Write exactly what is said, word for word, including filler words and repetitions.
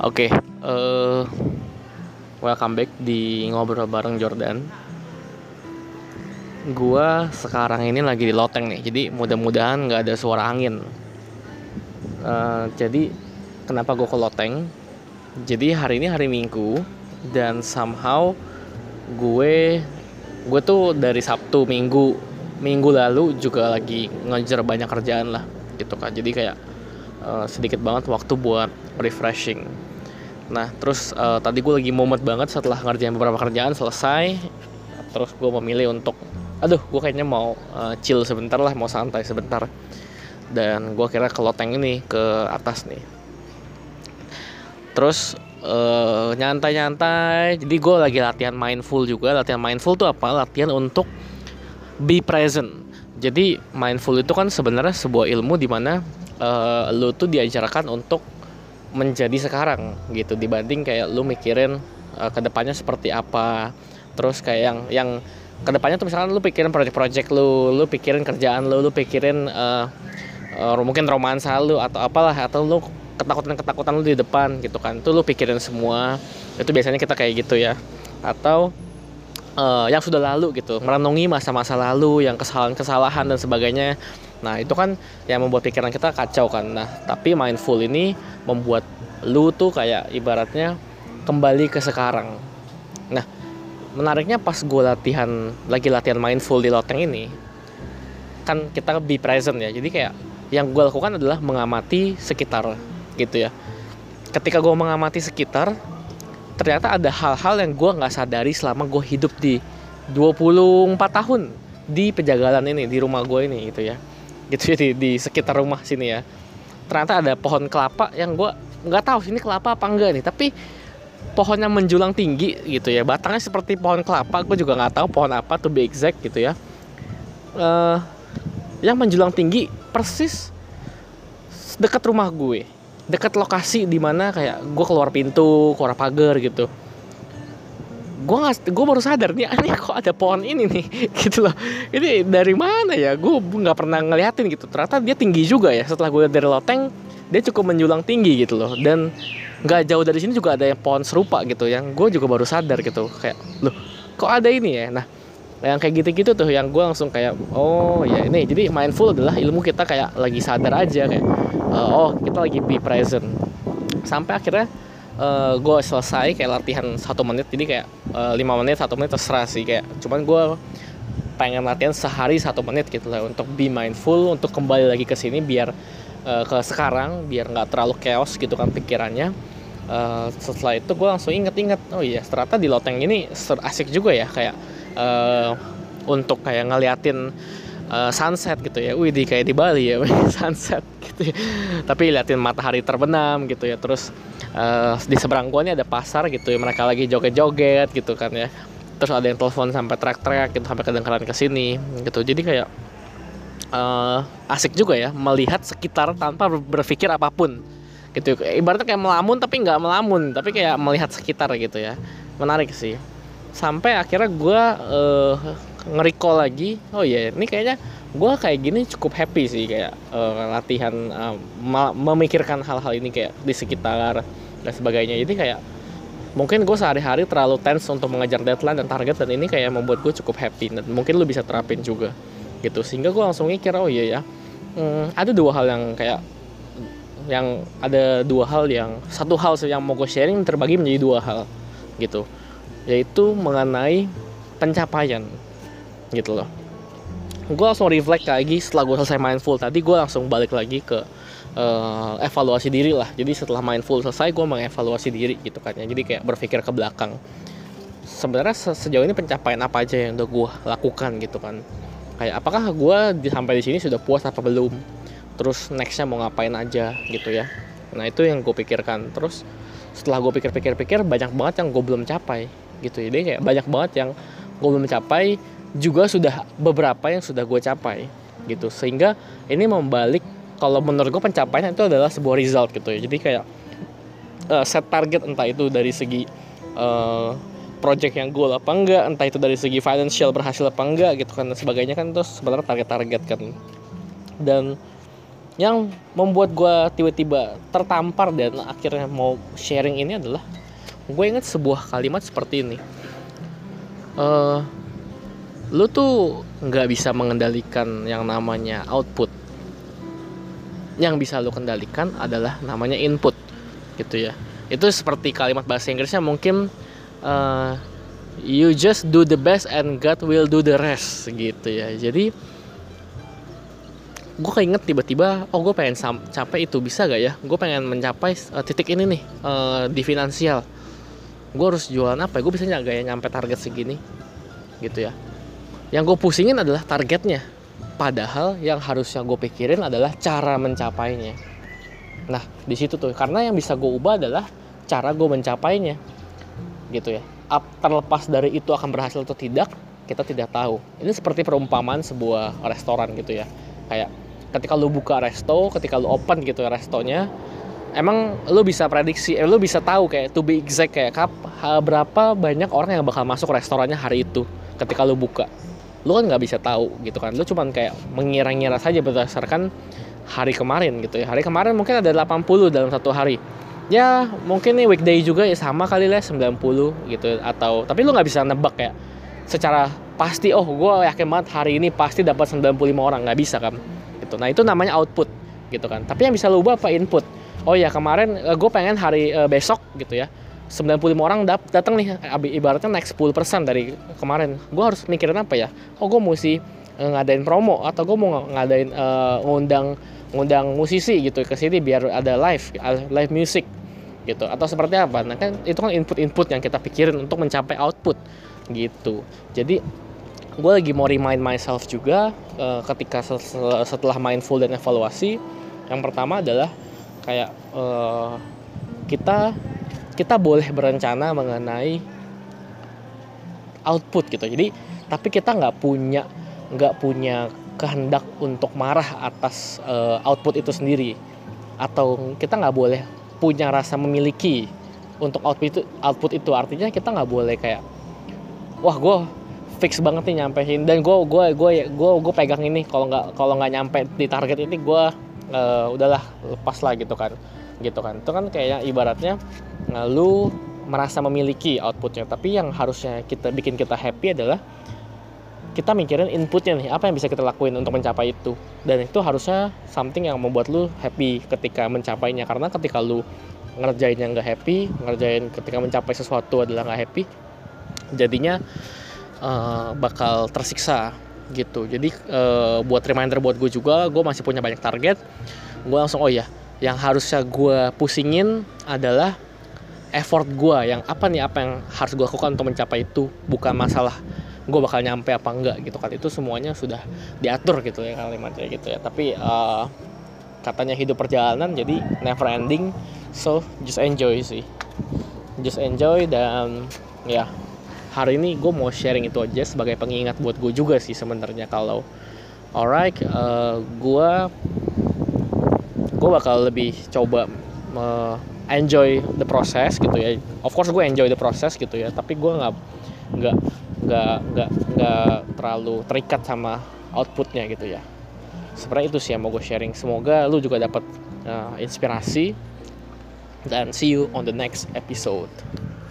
Oke, eh welcome back di ngobrol bareng Jordan. Gua sekarang ini lagi di loteng nih, jadi mudah-mudahan nggak ada suara angin. Eh, jadi kenapa gue ke loteng? Jadi hari ini hari Minggu dan somehow gue gue tuh dari Sabtu Minggu minggu lalu juga lagi ngejar banyak kerjaan lah, gitu kan. Jadi kayak eh, sedikit banget waktu buat refreshing. Nah terus uh, tadi gue lagi momet banget setelah ngerjain beberapa kerjaan selesai. Terus gue memilih untuk aduh gue kayaknya mau uh, chill sebentar lah, mau santai sebentar. Dan gue kira ke loteng ini, ke atas nih. Terus uh, nyantai-nyantai. Jadi gue lagi latihan mindful juga. Latihan mindful tuh apa? Latihan untuk be present. Jadi mindful itu kan sebenarnya sebuah ilmu dimana uh, lu tuh diajarkan untuk menjadi sekarang gitu, dibanding kayak lu mikirin uh, kedepannya seperti apa. Terus kayak yang yang kedepannya tuh misalkan lu pikirin project-project lu, lu pikirin kerjaan lu, lu pikirin uh, uh, mungkin romansa lu atau apalah, atau lu ketakutan-ketakutan lu di depan gitu kan, itu lu pikirin semua. Itu biasanya kita kayak gitu ya. Atau uh, yang sudah lalu gitu, merenungi masa-masa lalu, yang kesalahan-kesalahan dan sebagainya. Nah itu kan yang membuat pikiran kita kacau kan. Nah tapi mindful ini membuat lu tuh kayak ibaratnya kembali ke sekarang. Nah menariknya pas gue latihan, lagi latihan mindful di loteng ini, kan kita be present ya. Jadi kayak yang gue lakukan adalah mengamati sekitar gitu ya. Ketika gue mengamati sekitar, ternyata ada hal-hal yang gue gak sadari selama gue hidup di dua puluh empat tahun di Pejagalan ini, di rumah gue ini gitu ya. Gitu ya, di, di sekitar rumah sini ya. Ternyata ada pohon kelapa yang gue nggak tahu sini kelapa apa enggak nih, tapi pohonnya menjulang tinggi gitu ya, batangnya seperti pohon kelapa. Gue juga nggak tahu pohon apa to be exact gitu ya. Uh, yang menjulang tinggi persis dekat rumah gue, dekat lokasi di mana kayak gue keluar pintu, keluar pagar gitu. Gue nggak, gue baru sadar nih, aneh kok ada pohon ini nih, gitu loh. Ini dari mana ya? Gue nggak pernah ngeliatin gitu. Ternyata dia tinggi juga ya. Setelah gue lihat dari loteng, dia cukup menjulang tinggi gitu loh. Dan nggak jauh dari sini juga ada yang pohon serupa gitu, yang gue juga baru sadar gitu. Kayak, loh, kok ada ini ya? Nah, yang kayak gitu-gitu tuh, yang gue langsung kayak, oh ya ini. Jadi mindful adalah ilmu kita kayak lagi sadar aja kayak, oh kita lagi be present. Sampai akhirnya Uh, gue selesai kayak latihan satu menit, jadi kayak uh, lima menit satu menit terserah sih, kayak cuman gue pengen latihan sehari satu menit gitu lah untuk be mindful, untuk kembali lagi ke sini biar uh, ke sekarang, biar nggak terlalu chaos gitu kan pikirannya. Uh, setelah itu gue langsung inget-inget, oh iya ternyata di loteng ini asik juga ya, kayak uh, untuk kayak ngeliatin uh, sunset gitu ya. Wih, di kayak di Bali ya sunset gitu ya. Tapi liatin matahari terbenam gitu ya. Terus Uh, di seberang gua nih ada pasar gitu ya, mereka lagi joget-joget gitu kan ya. Terus ada yang telepon sampai teriak-teriak gitu, sampai kedengeran ke sini gitu. Jadi kayak uh, asik juga ya melihat sekitar tanpa berpikir apapun gitu. Ibaratnya kayak melamun tapi nggak melamun, tapi kayak melihat sekitar gitu ya. Menarik sih. Sampai akhirnya gua uh, nge-recall lagi, oh iya ini kayaknya gue kayak gini cukup happy sih, kayak uh, latihan uh, memikirkan hal-hal ini kayak di sekitar dan sebagainya. Jadi kayak mungkin gue sehari-hari terlalu tense untuk mengejar deadline dan target, dan ini kayak membuat gue cukup happy, dan mungkin lu bisa terapin juga gitu. Sehingga gue langsung mikir, oh iya ya, hmm, ada dua hal yang kayak yang ada dua hal yang satu hal yang mau gue sharing terbagi menjadi dua hal gitu, yaitu mengenai pencapaian gitu loh. Gue langsung reflect lagi setelah gue selesai mindful tadi, gue langsung balik lagi ke uh, evaluasi diri lah. Jadi setelah mindful selesai, gue mengevaluasi diri gitu kan ya. Jadi kayak berpikir ke belakang, sebenarnya sejauh ini pencapaian apa aja yang udah gue lakukan gitu kan. Kayak apakah gue sampai di sini sudah puas apa belum, terus nextnya mau ngapain aja gitu ya. Nah itu yang gue pikirkan. Terus setelah gue pikir-pikir-pikir, banyak banget yang gue belum capai gitu. Jadi kayak banyak banget yang gue belum capai, juga sudah beberapa yang sudah gue capai gitu. Sehingga ini membalik, kalau menurut gue pencapaian itu adalah sebuah result gitu ya. Jadi kayak uh, set target, entah itu dari segi uh, project yang goal apa enggak, entah itu dari segi financial berhasil apa enggak gitu kan, dan sebagainya kan, itu sebenarnya target-target kan. Dan yang membuat gue tiba-tiba tertampar dan akhirnya mau sharing ini adalah gue inget sebuah kalimat seperti ini. Uh, lu tuh nggak bisa mengendalikan yang namanya output. Yang bisa lu kendalikan adalah namanya input, gitu ya. Itu seperti kalimat bahasa Inggrisnya mungkin uh, you just do the best and God will do the rest, gitu ya. Jadi gue keinget tiba-tiba, oh gue pengen sam- capai itu, bisa gak ya? Gue pengen mencapai uh, titik ini nih uh, di finansial. Gue harus jualan apa ya? Gue bisa gak ya nyampe target segini, gitu ya. Yang gue pusingin adalah targetnya. Padahal yang harusnya gue pikirin adalah cara mencapainya. Nah di situ tuh, karena yang bisa gue ubah adalah cara gue mencapainya, gitu ya. Up, terlepas dari itu akan berhasil atau tidak, kita tidak tahu. Ini seperti perumpamaan sebuah restoran gitu ya. Kayak ketika lu buka resto, ketika lu open gitu ya restonya, emang lu bisa prediksi, eh, lu bisa tahu kayak to be exact kayak kap, berapa banyak orang yang bakal masuk restorannya hari itu ketika lu buka. Lu kan nggak bisa tahu gitu kan, lu cuman kayak mengira-ngira saja berdasarkan hari kemarin gitu ya. Hari kemarin mungkin ada delapan puluh dalam satu hari. Ya mungkin nih weekday juga ya sama kali lah sembilan puluh gitu, atau tapi lu nggak bisa nebak kayak secara pasti, oh gue yakin banget hari ini pasti dapat sembilan puluh lima orang, nggak bisa kan gitu. Nah itu namanya output gitu kan. Tapi yang bisa lu ubah apa? Input. Oh ya kemarin uh, gue pengen hari uh, besok gitu ya sembilan puluh lima orang dat- datang nih, ibaratnya naik sepuluh persen dari kemarin. Gue harus mikirin apa ya? Oh gue mesti uh, ngadain promo, atau gue mau ngadain uh, ngundang ngundang musisi gitu ke sini biar ada live live music gitu, atau seperti apa. Nah kan itu kan input-input yang kita pikirin untuk mencapai output gitu. Jadi gue lagi mau remind myself juga uh, ketika setelah mindful dan evaluasi, yang pertama adalah kayak uh, kita kita boleh berencana mengenai output gitu. Jadi tapi kita nggak punya nggak punya kehendak untuk marah atas uh, output itu sendiri, atau kita nggak boleh punya rasa memiliki untuk output itu. Output itu artinya kita nggak boleh kayak, wah gue fix banget nih nyampein dan gue gue gue gue gue pegang ini, kalau nggak kalau nggak nyampe di target ini gue uh, udahlah lepas lah gitu kan gitu kan. Itu kan kayak ibaratnya uh, lu merasa memiliki outputnya, tapi yang harusnya kita bikin kita happy adalah kita mikirin inputnya nih, apa yang bisa kita lakuin untuk mencapai itu. Dan itu harusnya something yang membuat lu happy ketika mencapainya. Karena ketika lu ngerjainnya nggak happy, ngerjain ketika mencapai sesuatu adalah nggak happy, jadinya uh, bakal tersiksa gitu. Jadi uh, buat reminder buat gue juga, gue masih punya banyak target. Gue langsung oh ya, yang harusnya gue pusingin adalah effort gue, yang apa nih apa yang harus gue lakukan untuk mencapai itu, bukan masalah gue bakal nyampe apa enggak gitu kan. Itu semuanya sudah diatur gitu ya kalimatnya gitu ya. Tapi uh, katanya hidup perjalanan, jadi never ending, so just enjoy sih, just enjoy. Dan ya hari ini gue mau sharing itu aja sebagai pengingat buat gue juga sih sebenarnya. Kalau alright, uh, gue gue bakal lebih coba uh, enjoy the process gitu ya. Of course gue enjoy the process gitu ya, tapi gue nggak nggak nggak nggak nggak terlalu terikat sama outputnya gitu ya. Sebenarnya itu sih yang mau gue sharing. Semoga lu juga dapat uh, inspirasi, dan see you on the next episode.